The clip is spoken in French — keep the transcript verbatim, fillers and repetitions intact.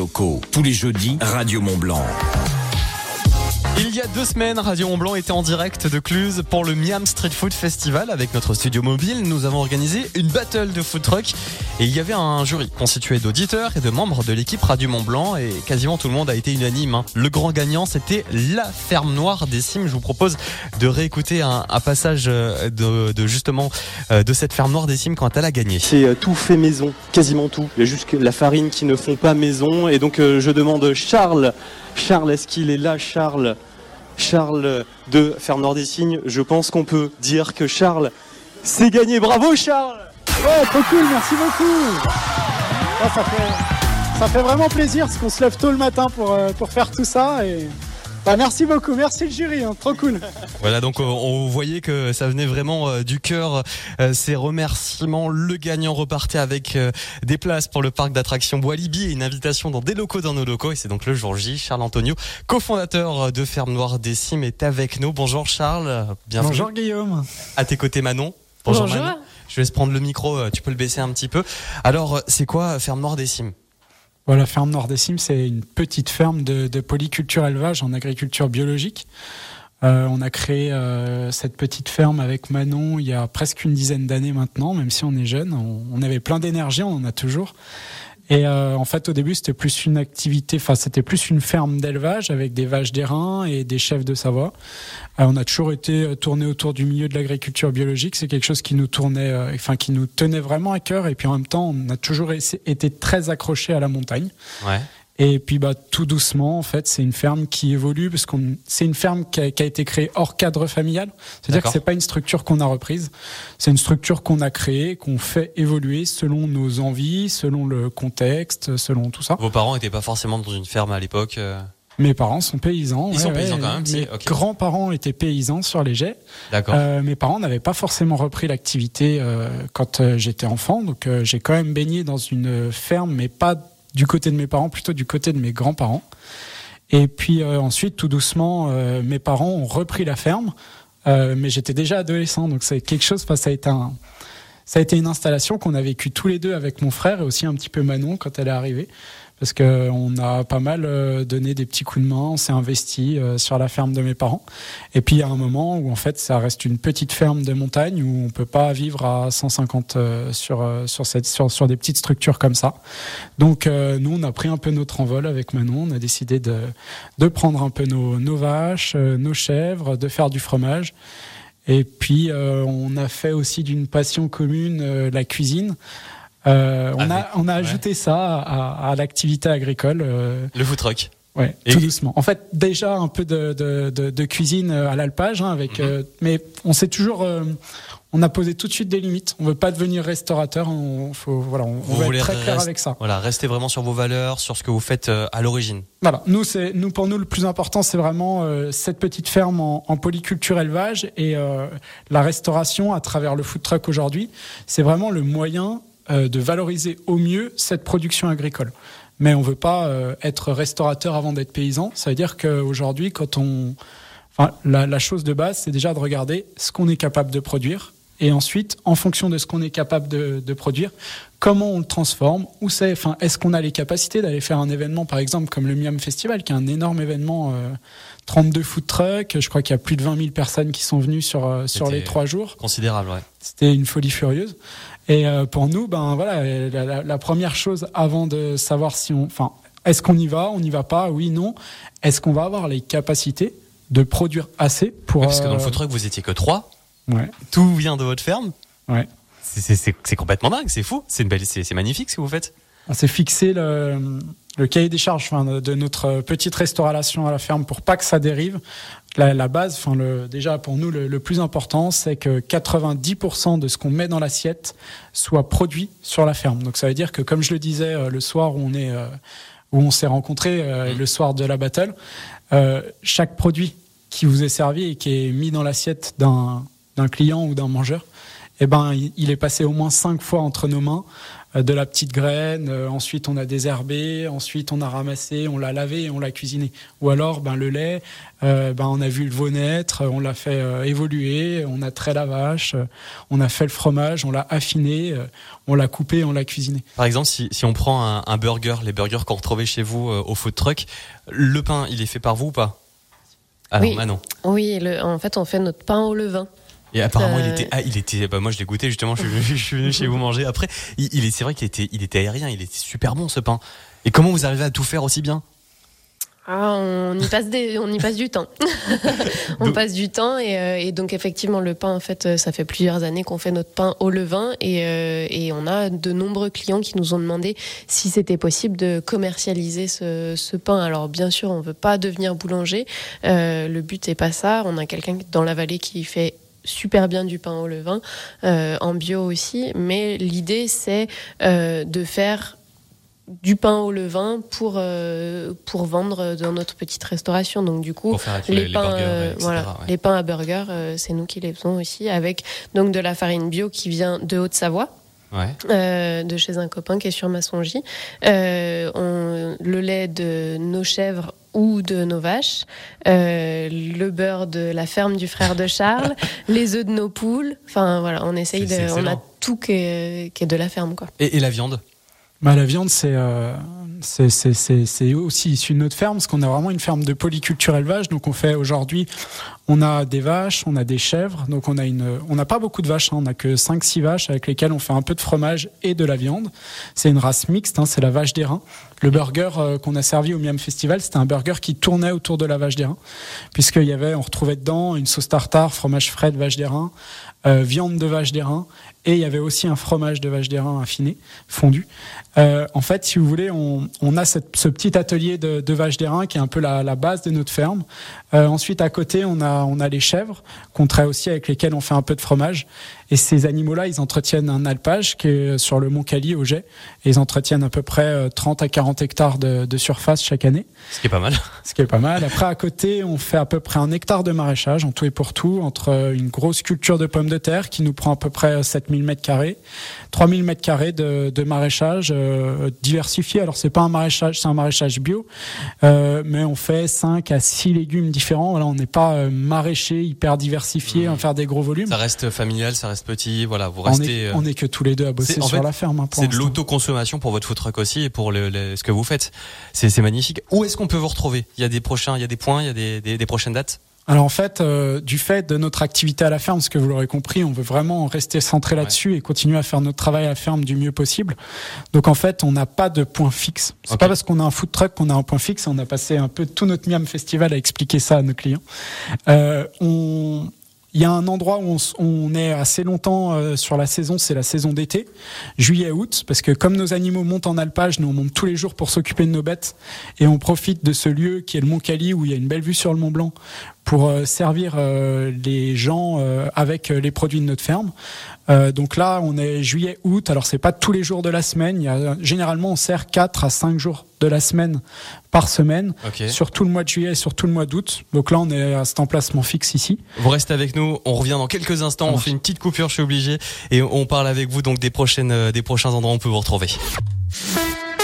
locaux. Tous les jeudis, Radio Mont-Blanc. Il y a deux semaines, Radio Mont-Blanc était en direct de Cluse pour le Miam Street Food Festival. Avec notre studio mobile, nous avons organisé une battle de food truck et il y avait un jury constitué d'auditeurs et de membres de l'équipe Radio Mont-Blanc et quasiment tout le monde a été unanime. Hein. Le grand gagnant, c'était la ferme noire des Cimes. Je vous propose de réécouter un, un passage de, de justement de cette ferme noire des Cimes quand elle a gagné. C'est tout fait maison, quasiment tout. Il y a juste la farine qui ne font pas maison et donc euh, je demande Charles. Charles, est-ce qu'il est là, Charles Charles de Ferme Noire des Cygnes. Je pense qu'on peut dire que Charles s'est gagné. Bravo, Charles! Ouais, trop cool, merci beaucoup. Ouais, ça fait, ça fait vraiment plaisir parce qu'on se lève tôt le matin pour, euh, pour faire tout ça. Et... Bah, merci beaucoup, merci le jury, hein, trop cool. Voilà, donc on, on voyait que ça venait vraiment euh, du cœur, euh, ces remerciements. Le gagnant repartait avec euh, des places pour le parc d'attractions Walibi et une invitation dans des locaux dans nos locaux. Et c'est donc le jour J. Charles Antonio, cofondateur de Ferme Noire des Cimes, est avec nous. Bonjour Charles, bienvenue. Bonjour Guillaume. À tes côtés Manon. Bonjour, Bonjour. Manon. Je vais laisse prendre le micro, tu peux le baisser un petit peu. Alors, c'est quoi Ferme Noire des Cimes ? Voilà, Ferme Noire des Cimes, c'est une petite ferme de, de polyculture élevage en agriculture biologique. Euh, on a créé euh, cette petite ferme avec Manon il y a presque une dizaine d'années maintenant, même si on est jeune. On, on avait plein d'énergie, on en a toujours. Et euh, en fait, au début, c'était plus une activité, enfin, c'était plus une ferme d'élevage avec des vaches d'airain et des chèvres de Savoie. Euh, on a toujours été tourné autour du milieu de l'agriculture biologique. C'est quelque chose qui nous tournait, euh, enfin, qui nous tenait vraiment à cœur. Et puis en même temps, on a toujours été très accrochés à la montagne. Ouais. Et puis bah tout doucement, en fait, c'est une ferme qui évolue parce qu'on c'est une ferme qui a, qui a été créée hors cadre familial. C'est-à-dire D'accord. que c'est pas une structure qu'on a reprise, c'est une structure qu'on a créée, qu'on fait évoluer selon nos envies, selon le contexte, selon tout ça. Vos parents n'étaient pas forcément dans une ferme à l'époque euh... Mes parents sont paysans. Ils ouais, sont ouais, paysans quand même. Mes okay. grands-parents étaient paysans sur les jets. D'accord. Euh, mes parents n'avaient pas forcément repris l'activité euh, quand euh, j'étais enfant, donc euh, j'ai quand même baigné dans une ferme, mais pas du côté de mes parents, plutôt du côté de mes grands-parents. Et puis euh, ensuite, tout doucement, euh, mes parents ont repris la ferme, euh, mais j'étais déjà adolescent, donc c'est quelque chose. Ça a été un, ça a été une installation qu'on a vécue tous les deux avec mon frère et aussi un petit peu Manon quand elle est arrivée, parce que on a pas mal euh, donné des petits coups de main, on s'est investi euh, sur la ferme de mes parents. Et puis il y a un moment où en fait ça reste une petite ferme de montagne où on peut pas vivre à cent cinquante euh, sur euh, sur cette sur sur des petites structures comme ça. Donc euh, nous on a pris un peu notre envol avec Manon, on a décidé de de prendre un peu nos nos vaches, euh, nos chèvres, de faire du fromage. Et puis euh, on a fait aussi d'une passion commune euh, la cuisine. Euh, on, a, on a ajouté ouais. ça à, à l'activité agricole. Euh, le food truck. Ouais, et tout doucement. En fait, déjà un peu de, de, de, de cuisine à l'alpage, hein, avec. Mm-hmm. Euh, mais on s'est toujours, euh, on a posé tout de suite des limites. On veut pas devenir restaurateur. On faut, voilà, on, on veut être très clair reste, avec ça. Voilà, restez vraiment sur vos valeurs, sur ce que vous faites euh, à l'origine. Voilà, nous, c'est, nous pour nous le plus important, c'est vraiment euh, cette petite ferme en, en polyculture élevage et euh, la restauration à travers le food truck aujourd'hui. C'est vraiment le moyen de valoriser au mieux cette production agricole. Mais on veut pas euh, être restaurateur avant d'être paysan. Ça veut dire qu'aujourd'hui, quand on... Enfin, la, la chose de base, c'est déjà de regarder ce qu'on est capable de produire. Et ensuite, en fonction de ce qu'on est capable de, de produire, comment on le transforme, où c'est, enfin, est-ce qu'on a les capacités d'aller faire un événement, par exemple, comme le Miam Festival, qui est un énorme événement, euh, trente-deux food trucks, je crois qu'il y a plus de vingt mille personnes qui sont venues sur, euh, sur les trois jours. Considérable, ouais. C'était une folie furieuse. Et euh, pour nous, ben voilà, la, la, la première chose avant de savoir si on, enfin, est-ce qu'on y va, on n'y va pas, oui, non. Est-ce qu'on va avoir les capacités de produire assez pour. Oui, parce que dans le food truck, vous étiez que trois. Ouais. Tout vient de votre ferme. Ouais. C'est, c'est, c'est, c'est complètement dingue, c'est fou, c'est une belle, c'est, c'est magnifique ce que vous faites. On s'est fixé le, le cahier des charges, enfin, de notre petite restauration à la ferme pour pas que ça dérive. La, la base, enfin le, déjà pour nous le, le plus important, c'est que quatre-vingt-dix pour cent de ce qu'on met dans l'assiette soit produit sur la ferme. Donc ça veut dire que, comme je le disais euh, le soir où on est, euh, où on s'est rencontrés, euh, mmh. le soir de la battle, euh, chaque produit qui vous est servi et qui est mis dans l'assiette d'un, d'un client ou d'un mangeur, eh ben il est passé au moins cinq fois entre nos mains euh, de la petite graine, euh, ensuite on a désherbé, ensuite on a ramassé, on l'a lavé et on l'a cuisiné. Ou alors ben, le lait, euh, ben, on a vu le veau naître, on l'a fait euh, évoluer, on a trait la vache, euh, on a fait le fromage, on l'a affiné, euh, on l'a coupé, on l'a cuisiné. Par exemple, si, si on prend un, un burger, les burgers qu'on retrouvait chez vous euh, au food truck, le pain, il est fait par vous ou pas? Ah oui. non, bah non. Oui, le, en fait, on fait notre pain au levain. Et apparemment, euh... il était, ah, il était, bah moi je l'ai goûté justement. Je suis, je suis venu chez vous manger. Après, il, il est, c'est vrai qu'il était, il était aérien. Il était super bon ce pain. Et comment vous arrivez à tout faire aussi bien? Ah, on y passe des, on y passe du temps. on donc, passe du temps et, euh, et donc effectivement le pain, en fait, ça fait plusieurs années qu'on fait notre pain au levain et, euh, et on a de nombreux clients qui nous ont demandé si c'était possible de commercialiser ce, ce pain. Alors bien sûr, on veut pas devenir boulanger. Euh, le but c'est pas ça. On a quelqu'un dans la vallée qui fait super bien du pain au levain, euh, en bio aussi. Mais l'idée c'est euh, de faire du pain au levain pour euh, pour vendre dans notre petite restauration. Donc du coup les, les pains les burgers, euh, voilà, ouais. les pains à burger euh, c'est nous qui les faisons aussi avec donc de la farine bio qui vient de Haute-Savoie. Ouais. Euh, de chez un copain qui est sur Massongy. Euh, on, le lait de nos chèvres ou de nos vaches, euh, le beurre de la ferme du frère de Charles, les œufs de nos poules. Enfin voilà, on essaye c'est, de, c'est on a tout qui est, qui est de la ferme quoi. Et, et la viande? Bah, la viande, c'est, euh, c'est, c'est, c'est, c'est aussi issu de notre ferme, parce qu'on a vraiment une ferme de polyculture élevage. Donc, on fait aujourd'hui, on a des vaches, on a des chèvres. Donc, on a une, on n'a pas beaucoup de vaches, hein, on n'a que cinq six vaches avec lesquelles on fait un peu de fromage et de la viande. C'est une race mixte, hein, c'est la vache d'airain. Le burger euh, qu'on a servi au Miam Festival, c'était un burger qui tournait autour de la vache d'airain, puisqu'il y avait, on retrouvait dedans une sauce tartare, fromage frais de vache d'airain, euh, viande de vache d'airain. Et il y avait aussi un fromage de vache d'airain affiné, fondu. Euh, en fait, si vous voulez, on, on a cette, ce petit atelier de, de vache d'airain qui est un peu la, la base de notre ferme. Euh, ensuite, à côté, on a, on a les chèvres qu'on traite aussi, avec lesquelles on fait un peu de fromage. Et ces animaux-là, ils entretiennent un alpage qui est sur le Mont Cali, au Jet. Et ils entretiennent à peu près trente à quarante hectares de, de surface chaque année. Ce qui est pas mal. Ce qui est pas mal. Après, à côté, on fait à peu près un hectare de maraîchage, en tout et pour tout, entre une grosse culture de pommes de terre qui nous prend à peu près sept mille mètres carrés, trois mille mètres carrés de, de maraîchage euh, diversifié. Alors, c'est pas un maraîchage, c'est un maraîchage bio, euh, mais on fait cinq à six légumes différents. Voilà, on n'est pas euh, maraîcher hyper diversifié, mmh. en faire des gros volumes. Ça reste familial, ça reste petit. Voilà, vous restez. On est, on est que tous les deux à bosser sur fait, la ferme. Hein, c'est l'instant. De l'autoconsommation pour votre food truck aussi et pour le, le, ce que vous faites. C'est, c'est magnifique. Où est-ce qu'on peut vous retrouver? Il y a des prochains, il y a des points, il y a des, des, des prochaines dates? Alors en fait, euh, du fait de notre activité à la ferme, parce que vous l'aurez compris, on veut vraiment rester centré ouais. là-dessus et continuer à faire notre travail à la ferme du mieux possible. Donc en fait, on n'a pas de point fixe. C'est okay. pas parce qu'on a un food truck qu'on a un point fixe. On a passé un peu tout notre Miam Festival à expliquer ça à nos clients. Euh, on Il y a un endroit où on, on est assez longtemps euh, sur la saison, c'est la saison d'été, juillet-août, parce que comme nos animaux montent en alpage, nous on monte tous les jours pour s'occuper de nos bêtes, et on profite de ce lieu qui est le Mont Cali, où il y a une belle vue sur le Mont Blanc, pour euh, servir euh, les gens euh, avec euh, les produits de notre ferme. Euh, donc là, on est juillet-août, alors c'est pas tous les jours de la semaine, il y a, généralement on sert quatre à cinq jours de la semaine par semaine, okay. sur tout le mois de juillet et sur tout le mois d'août. Donc là, on est à cet emplacement fixe ici. Vous restez avec nous, on revient dans quelques instants, on fait une petite coupure, je suis obligé, et on parle avec vous donc des prochaines, des prochains endroits où on peut vous retrouver.